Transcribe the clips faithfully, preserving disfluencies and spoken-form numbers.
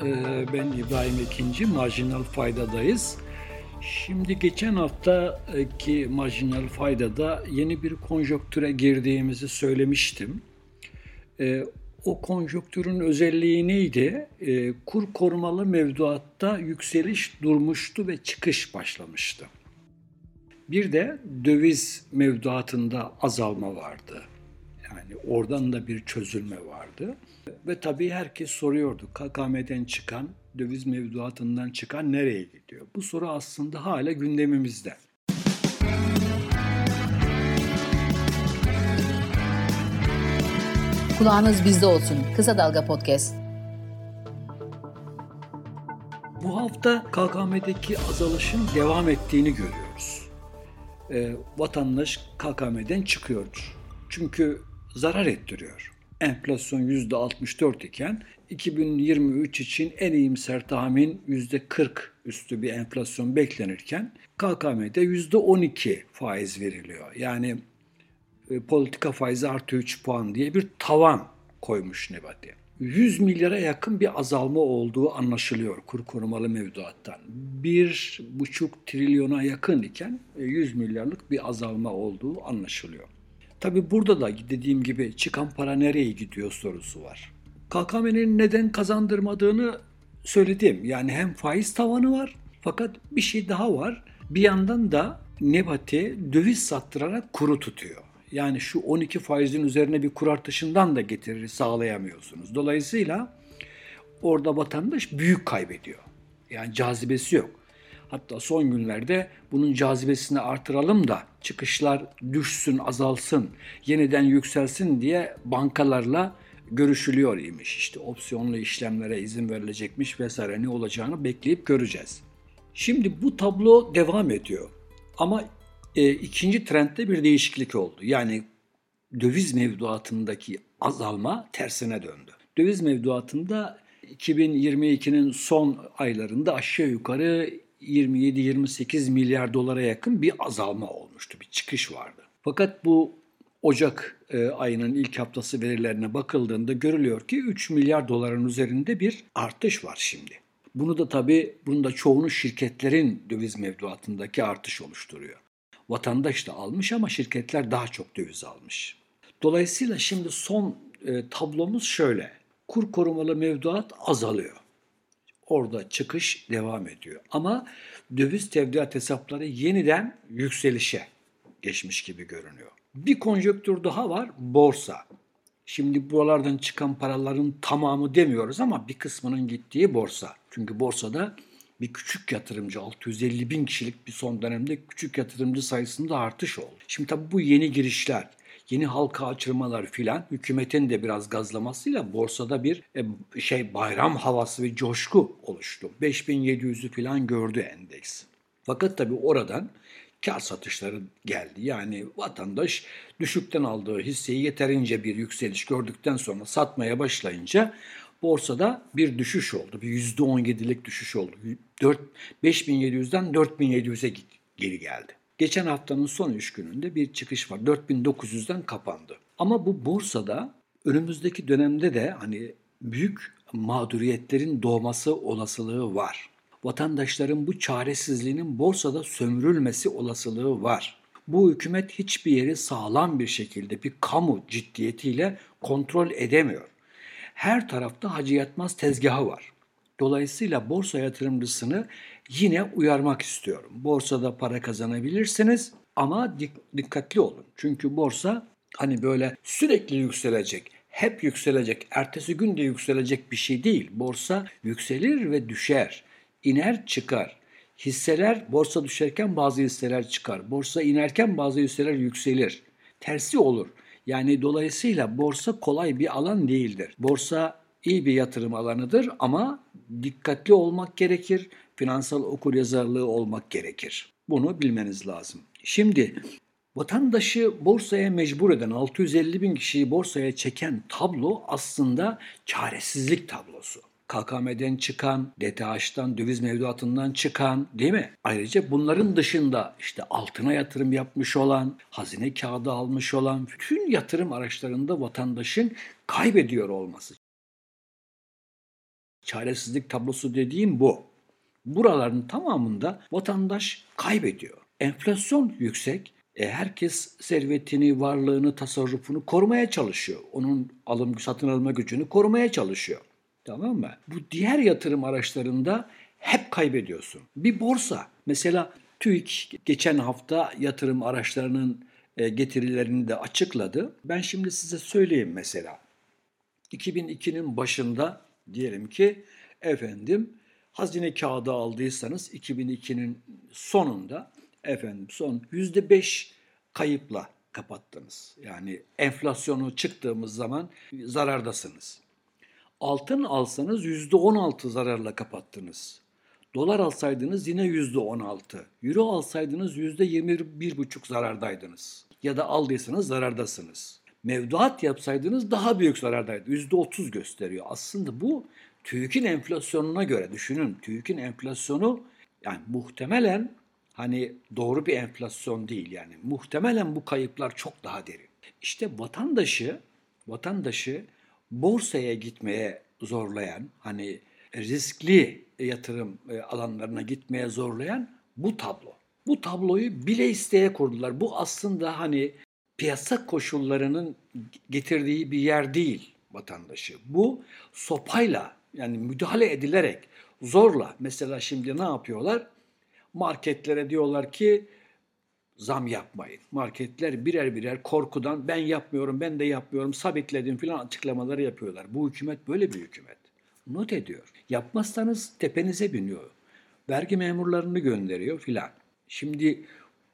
Ee, Ben İbrahim Ekinci, Marjinal Fayda'dayız. Şimdi geçen haftaki Marjinal Fayda'da yeni bir konjonktüre girdiğimizi söylemiştim. Ee, O konjonktürün özelliği neydi? Ee, kur korumalı mevduatta yükseliş durmuştu ve çıkış başlamıştı. Bir de döviz mevduatında azalma vardı. Yani oradan da bir çözülme vardı. Ve tabii herkes soruyordu, K K M'den çıkan, döviz mevduatından çıkan nereye gidiyor? Bu soru aslında hala gündemimizde. Kulağınız bizde olsun. Kısa Dalga Podcast. Bu hafta K K M'deki azalışın devam ettiğini görüyoruz. E, vatandaş K K M'den çıkıyor. Çünkü zarar ettiriyor. Enflasyon yüzde altmış dört iken iki bin yirmi üç için en iyimser tahmin yüzde kırk üstü bir enflasyon beklenirken K K M'de yüzde on iki faiz veriliyor. Yani e, politika faizi artı üç puan diye bir tavan koymuş Nebati. yüz milyara yakın bir azalma olduğu anlaşılıyor kur korumalı mevduattan. bir buçuk trilyona yakın iken yüz milyarlık bir azalma olduğu anlaşılıyor. Tabii burada da dediğim gibi çıkan para nereye gidiyor sorusu var. K K M'nin neden kazandırmadığını söyledim. Yani hem faiz tavanı var fakat bir şey daha var. Bir yandan da Nebati döviz sattırarak kuru tutuyor. Yani şu on iki faizin üzerine bir kur artışından da getiriri sağlayamıyorsunuz. Dolayısıyla orada vatandaş büyük kaybediyor. Yani cazibesi yok. Hatta son günlerde bunun cazibesini artıralım da çıkışlar düşsün, azalsın, yeniden yükselsin diye bankalarla görüşülüyor imiş. İşte opsiyonlu işlemlere izin verilecekmiş vesaire, ne olacağını bekleyip göreceğiz. Şimdi bu tablo devam ediyor. Ama e, ikinci trendde bir değişiklik oldu. Yani döviz mevduatındaki azalma tersine döndü. Döviz mevduatında iki bin yirmi ikinin son aylarında aşağı yukarı yirmi yedi yirmi sekiz milyar dolara yakın bir azalma olmuştu, bir çıkış vardı. Fakat bu Ocak e, ayının ilk haftası verilerine bakıldığında görülüyor ki üç milyar doların üzerinde bir artış var şimdi. Bunu da tabii, bunun da çoğunu şirketlerin döviz mevduatındaki artış oluşturuyor. Vatandaş da almış ama şirketler daha çok döviz almış. Dolayısıyla şimdi son e, tablomuz şöyle. Kur korumalı mevduat azalıyor. Orada çıkış devam ediyor. Ama döviz tevdiat hesapları yeniden yükselişe geçmiş gibi görünüyor. Bir konjonktür daha var, borsa. Şimdi buralardan çıkan paraların tamamı demiyoruz ama bir kısmının gittiği borsa. Çünkü borsada bir küçük yatırımcı, altı yüz elli bin kişilik bir son dönemde küçük yatırımcı sayısında artış oldu. Şimdi tabii bu yeni girişler, yeni halka açılmalar filan hükümetin de biraz gazlamasıyla borsada bir e, şey bayram havası ve coşku oluştu. beş bin yedi yüzü filan gördü endeks. Fakat tabii oradan kar satışları geldi. Yani vatandaş düşükten aldığı hisseyi yeterince bir yükseliş gördükten sonra satmaya başlayınca borsada bir düşüş oldu. Bir yüzde on yedilik düşüş oldu. beş bin yedi yüzden dört bin yedi yüze geri geldi. Geçen haftanın son üç gününde bir çıkış var. dört bin dokuz yüzden kapandı. Ama bu borsada önümüzdeki dönemde de hani büyük mağduriyetlerin doğması olasılığı var. Vatandaşların bu çaresizliğinin borsada sömürülmesi olasılığı var. Bu hükümet hiçbir yeri sağlam bir şekilde bir kamu ciddiyetiyle kontrol edemiyor. Her tarafta Hacı Yatmaz tezgahı var. Dolayısıyla borsa yatırımcısını yine uyarmak istiyorum. Borsada para kazanabilirsiniz ama dikkatli olun. Çünkü borsa hani böyle sürekli yükselecek, hep yükselecek, ertesi gün de yükselecek bir şey değil. Borsa yükselir ve düşer, iner çıkar. Hisseler borsa düşerken bazı hisseler çıkar. Borsa inerken bazı hisseler yükselir. Tersi olur. Yani dolayısıyla borsa kolay bir alan değildir. Borsa iyi bir yatırım alanıdır ama dikkatli olmak gerekir. Finansal okuryazarlığı olmak gerekir. Bunu bilmeniz lazım. Şimdi vatandaşı borsaya mecbur eden, altı yüz elli bin kişiyi borsaya çeken tablo aslında çaresizlik tablosu. K K M'den çıkan, D T H'tan, döviz mevduatından çıkan, değil mi? Ayrıca bunların dışında işte altına yatırım yapmış olan, hazine kağıdı almış olan bütün yatırım araçlarında vatandaşın kaybediyor olması. Çaresizlik tablosu dediğim bu. Buraların tamamında vatandaş kaybediyor. Enflasyon yüksek. E herkes servetini, varlığını, tasarrufunu korumaya çalışıyor. Onun alım, satın alma gücünü korumaya çalışıyor. Tamam mı? Bu diğer yatırım araçlarında hep kaybediyorsun. Bir borsa. Mesela TÜİK geçen hafta yatırım araçlarının getirilerini de açıkladı. Ben şimdi size söyleyeyim mesela. iki bin ikinin başında diyelim ki efendim hazine kağıdı aldıysanız iki bin ikinin sonunda efendim son yüzde beş kayıpla kapattınız. Yani enflasyonu çıktığımız zaman zarardasınız. Altın alsanız yüzde on altı zararla kapattınız. Dolar alsaydınız yine yüzde on altı. Euro alsaydınız yüzde yirmi bir buçuk zarardaydınız. Ya da aldıysanız zarardasınız. Mevduat yapsaydınız daha büyük zarardaydınız. yüzde otuz gösteriyor. Aslında bu TÜİK'in enflasyonuna göre düşünün. TÜİK'in enflasyonu yani muhtemelen hani doğru bir enflasyon değil yani. Muhtemelen bu kayıplar çok daha derin. İşte vatandaşı, vatandaşı borsaya gitmeye zorlayan, hani riskli yatırım alanlarına gitmeye zorlayan bu tablo. Bu tabloyu bile isteye kurdular. Bu aslında hani piyasa koşullarının getirdiği bir yer değil vatandaşı. Bu sopayla yani müdahale edilerek zorla. Mesela şimdi ne yapıyorlar? Marketlere diyorlar ki zam yapmayın. Marketler birer birer korkudan ben yapmıyorum, ben de yapmıyorum, sabitledim filan açıklamaları yapıyorlar. Bu hükümet böyle bir hükümet. Not ediyor. Yapmazsanız tepenize biniyor. Vergi memurlarını gönderiyor filan. Şimdi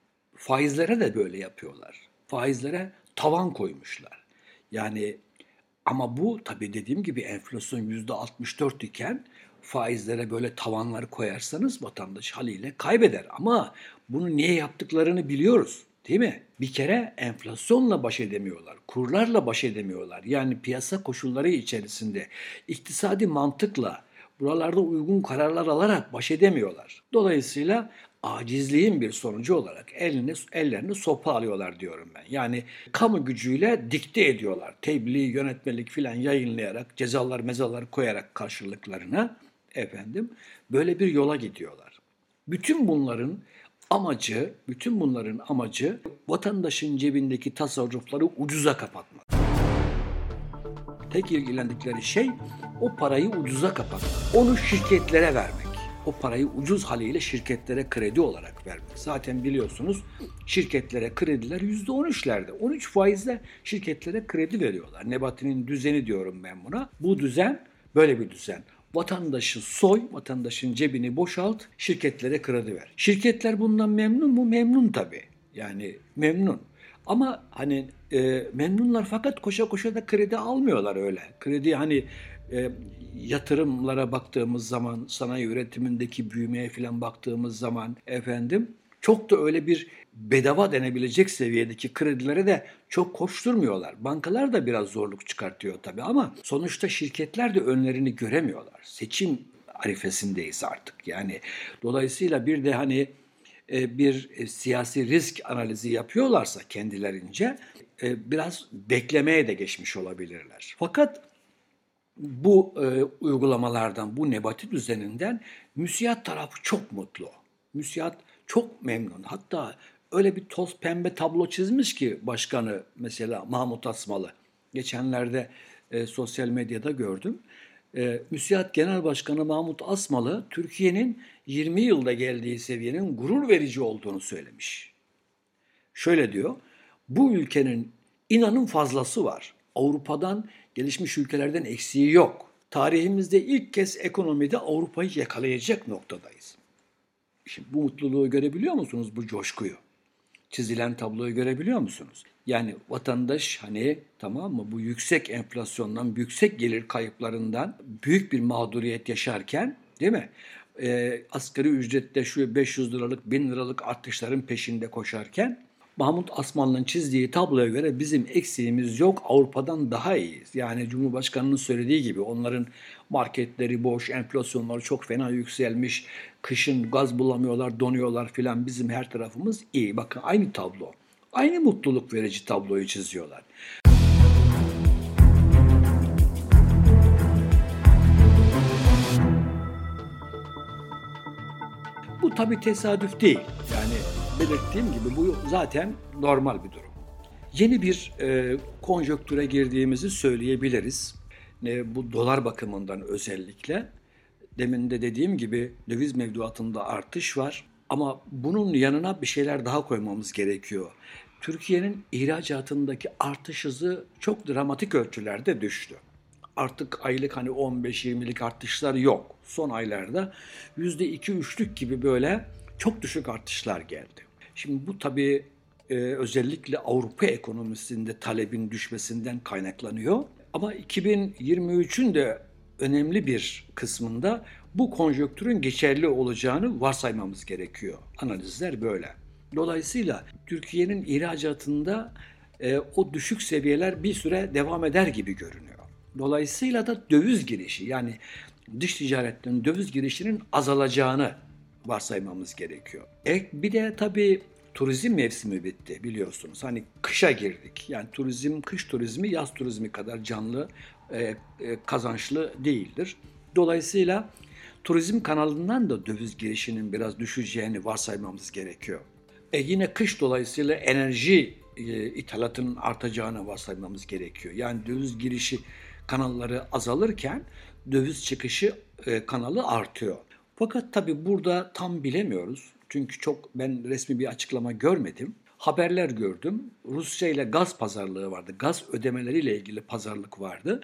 faizlere de böyle yapıyorlar. Faizlere tavan koymuşlar. Yani ama bu tabii dediğim gibi enflasyon yüzde altmış dört iken faizlere böyle tavanlar koyarsanız vatandaş haliyle kaybeder. Ama bunu niye yaptıklarını biliyoruz. Değil mi? Bir kere enflasyonla baş edemiyorlar. Kurlarla baş edemiyorlar. Yani piyasa koşulları içerisinde iktisadi mantıkla buralarda uygun kararlar alarak baş edemiyorlar. Dolayısıyla acizliğin bir sonucu olarak eline, ellerine sopa alıyorlar diyorum ben. Yani kamu gücüyle dikte ediyorlar. Tebliğ, yönetmelik filan yayınlayarak, cezalar mezalar koyarak karşılıklarına efendim böyle bir yola gidiyorlar. Bütün bunların amacı, bütün bunların amacı vatandaşın cebindeki tasarrufları ucuza kapatmak. Tek ilgilendikleri şey o parayı ucuza kapatmak. Onu şirketlere vermek. O parayı ucuz haliyle şirketlere kredi olarak vermek. Zaten biliyorsunuz şirketlere krediler yüzde on üçlerde. on üç faizle şirketlere kredi veriyorlar. Nebati'nin düzeni diyorum ben buna. Bu düzen böyle bir düzen. Vatandaşı soy, vatandaşın cebini boşalt, şirketlere kredi ver. Şirketler bundan memnun mu? Memnun tabii. Yani memnun. Ama hani e, memnunlar fakat koşa koşa da kredi almıyorlar öyle. Kredi hani e, yatırımlara baktığımız zaman, sanayi üretimindeki büyümeye falan baktığımız zaman efendim çok da öyle bir bedava denebilecek seviyedeki kredilere de çok koşturmuyorlar. Bankalar da biraz zorluk çıkartıyor tabii ama sonuçta şirketler de önlerini göremiyorlar. Seçim arifesindeyiz artık. Yani dolayısıyla bir de hani bir siyasi risk analizi yapıyorlarsa kendilerince biraz beklemeye de geçmiş olabilirler. Fakat bu e, uygulamalardan, bu Nebati düzeninden müsiat tarafı çok mutlu. Müsiat çok memnun. Hatta öyle bir toz pembe tablo çizmiş ki başkanı mesela Mahmut Asmalı. Geçenlerde e, sosyal medyada gördüm. E, Müsiat Genel Başkanı Mahmut Asmalı, Türkiye'nin yirmi yılda geldiği seviyenin gurur verici olduğunu söylemiş. Şöyle diyor, bu ülkenin inanın fazlası var. Avrupa'dan, gelişmiş ülkelerden eksiği yok. Tarihimizde ilk kez ekonomide Avrupa'yı yakalayacak noktadayız. Şimdi bu mutluluğu görebiliyor musunuz, bu coşkuyu? Çizilen tabloyu görebiliyor musunuz? Yani vatandaş hani tamam mı bu yüksek enflasyondan, yüksek gelir kayıplarından büyük bir mağduriyet yaşarken değil mi? Ee, asgari ücrette şu beş yüz liralık, bin liralık artışların peşinde koşarken Mahmut Asmanlı'nın çizdiği tabloya göre bizim eksiğimiz yok, Avrupa'dan daha iyiyiz. Yani Cumhurbaşkanı'nın söylediği gibi onların marketleri boş, enflasyonları çok fena yükselmiş, kışın gaz bulamıyorlar, donuyorlar filan, bizim her tarafımız iyi. Bakın aynı tablo, aynı mutluluk verici tabloyu çiziyorlar. tabii tesadüf değil. Yani belirttiğim gibi bu zaten normal bir durum. Yeni bir e, konjonktüre girdiğimizi söyleyebiliriz. E, bu dolar bakımından özellikle. Demin de dediğim gibi döviz mevduatında artış var. Ama bunun yanına bir şeyler daha koymamız gerekiyor. Türkiye'nin ihracatındaki artış hızı çok dramatik ölçülerde düştü. Artık aylık hani on beş yirmilik artışlar yok. Son aylarda yüzde iki üçlük gibi böyle çok düşük artışlar geldi. Şimdi bu tabii e, özellikle Avrupa ekonomisinde talebin düşmesinden kaynaklanıyor. Ama iki bin yirmi üçün de önemli bir kısmında bu konjonktürün geçerli olacağını varsaymamız gerekiyor. Analizler böyle. Dolayısıyla Türkiye'nin ihracatında e, o düşük seviyeler bir süre devam eder gibi görünüyor. Dolayısıyla da döviz girişi yani dış ticaretten döviz girişinin azalacağını varsaymamız gerekiyor. Ek bir de tabii turizm mevsimi bitti biliyorsunuz. Hani kışa girdik. Yani turizm, kış turizmi yaz turizmi kadar canlı, e, e, kazançlı değildir. Dolayısıyla turizm kanalından da döviz girişinin biraz düşeceğini varsaymamız gerekiyor. E yine kış dolayısıyla enerji e, ithalatının artacağını varsaymamız gerekiyor. Yani döviz girişi kanalları azalırken döviz çıkışı e, kanalı artıyor. Fakat tabii burada tam bilemiyoruz. Çünkü çok ben resmi bir açıklama görmedim. Haberler gördüm. Rusya ile gaz pazarlığı vardı. Gaz ödemeleriyle ilgili pazarlık vardı.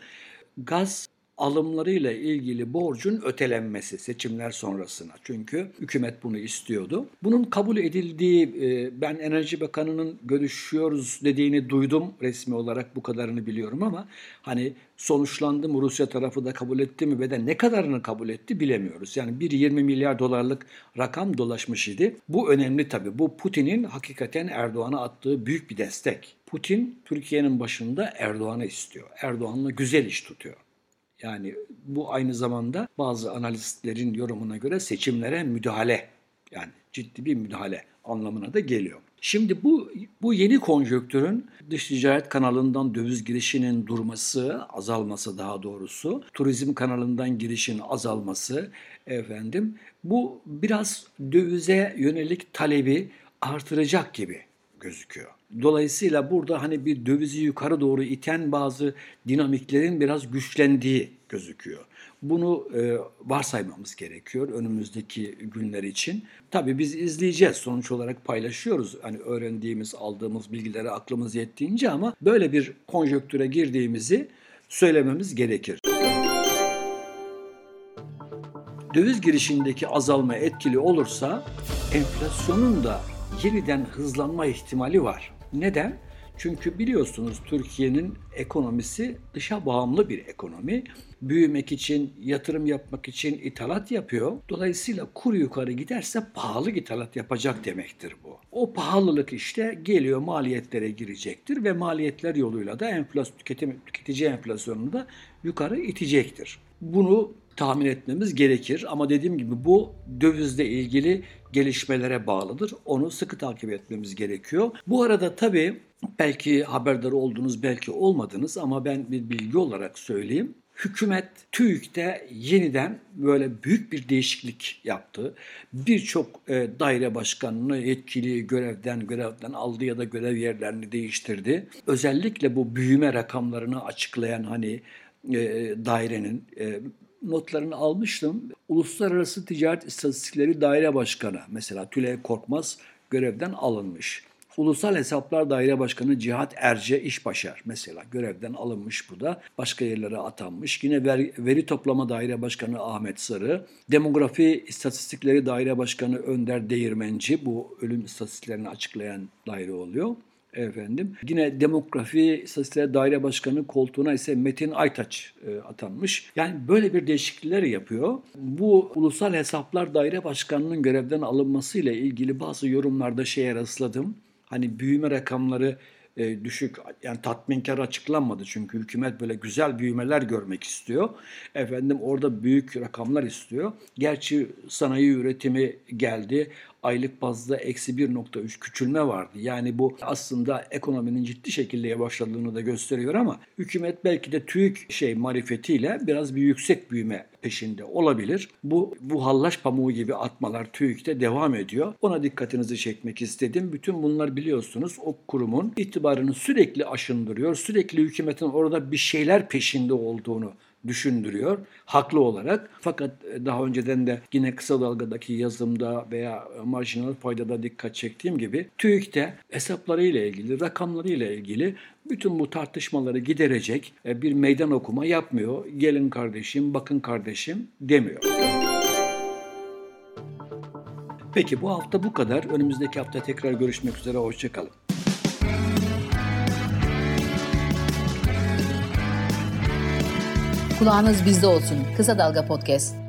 Gaz alımlarıyla ilgili borcun ötelenmesi seçimler sonrasına. Çünkü hükümet bunu istiyordu. Bunun kabul edildiği, ben Enerji Bakanı'nın görüşüyoruz dediğini duydum. Resmi olarak bu kadarını biliyorum ama hani sonuçlandı mı, Rusya tarafı da kabul etti mi ve de ne kadarını kabul etti bilemiyoruz. Yani bir yirmi milyar dolarlık rakam dolaşmış idi. Bu önemli tabii. Bu Putin'in hakikaten Erdoğan'a attığı büyük bir destek. Putin Türkiye'nin başında Erdoğan'ı istiyor. Erdoğan'la güzel iş tutuyor. Yani bu aynı zamanda bazı analistlerin yorumuna göre seçimlere müdahale, yani ciddi bir müdahale anlamına da geliyor. Şimdi bu bu yeni konjonktürün dış ticaret kanalından döviz girişinin durması, azalması daha doğrusu, turizm kanalından girişin azalması efendim bu biraz dövize yönelik talebi artıracak gibi gözüküyor. Dolayısıyla burada hani bir dövizi yukarı doğru iten bazı dinamiklerin biraz güçlendiği gözüküyor. Bunu e, varsaymamız gerekiyor önümüzdeki günler için. Tabii biz izleyeceğiz, sonuç olarak paylaşıyoruz. Hani öğrendiğimiz, aldığımız bilgileri aklımız yettiğince ama böyle bir konjonktüre girdiğimizi söylememiz gerekir. Döviz girişindeki azalma etkili olursa enflasyonun da yeniden hızlanma ihtimali var. Neden? Çünkü biliyorsunuz Türkiye'nin ekonomisi dışa bağımlı bir ekonomi. Büyümek için, yatırım yapmak için ithalat yapıyor. Dolayısıyla kur yukarı giderse pahalı ithalat yapacak demektir bu. O pahalılık işte geliyor maliyetlere girecektir ve maliyetler yoluyla da enflasyon, tüketim, tüketici enflasyonunu da yukarı itecektir. Bunu tahmin etmemiz gerekir ama dediğim gibi bu dövizle ilgili gelişmelere bağlıdır. Onu sıkı takip etmemiz gerekiyor. Bu arada tabii belki haberdar oldunuz, belki olmadınız ama ben bir bilgi olarak söyleyeyim. Hükümet TÜİK'te yeniden böyle büyük bir değişiklik yaptı. Birçok e, daire başkanını yetkili görevden görevden aldı ya da görev yerlerini değiştirdi. Özellikle bu büyüme rakamlarını açıklayan hani e, dairenin e, notlarını almıştım. Uluslararası Ticaret İstatistikleri Daire Başkanı mesela Tülay Korkmaz görevden alınmış. Ulusal Hesaplar Daire Başkanı Cihat Erce İşbaşar mesela görevden alınmış, bu da başka yerlere atanmış. Yine veri, veri Toplama Daire Başkanı Ahmet Sarı, Demografi İstatistikleri Daire Başkanı Önder Değirmenci, bu ölüm istatistiklerini açıklayan daire oluyor. Efendim. Yine Demografi İstatistikleri Daire Başkanı koltuğuna ise Metin Aytaç e, atanmış. Yani böyle bir değişiklikler yapıyor. Bu Ulusal Hesaplar Daire Başkanı'nın görevden alınmasıyla ilgili bazı yorumlarda şeye rastladım. Hani büyüme rakamları e, düşük, yani tatminkar açıklanmadı çünkü hükümet böyle güzel büyümeler görmek istiyor. Efendim orada büyük rakamlar istiyor. Gerçi sanayi üretimi geldi, aylık bazda eksi bir nokta üç küçülme vardı. Yani bu aslında ekonominin ciddi şekilde yavaşladığını da gösteriyor ama hükümet belki de TÜİK şey marifetiyle biraz bir yüksek büyüme peşinde olabilir. Bu bu hallaç pamuğu gibi atmalar TÜİK'te devam ediyor. Ona dikkatinizi çekmek istedim. Bütün bunlar biliyorsunuz o kurumun itibarını sürekli aşındırıyor. Sürekli hükümetin orada bir şeyler peşinde olduğunu düşündürüyor haklı olarak. Fakat daha önceden de yine Kısa Dalga'daki yazımda veya marjinal faydada dikkat çektiğim gibi TÜİK'te hesaplarıyla ilgili, rakamlarıyla ilgili bütün bu tartışmaları giderecek bir meydan okuma yapmıyor. Gelin kardeşim, bakın kardeşim demiyor. Peki bu hafta bu kadar. Önümüzdeki hafta tekrar görüşmek üzere. Hoşça kalın. Kulağınız bizde olsun. Kısa Dalga Podcast.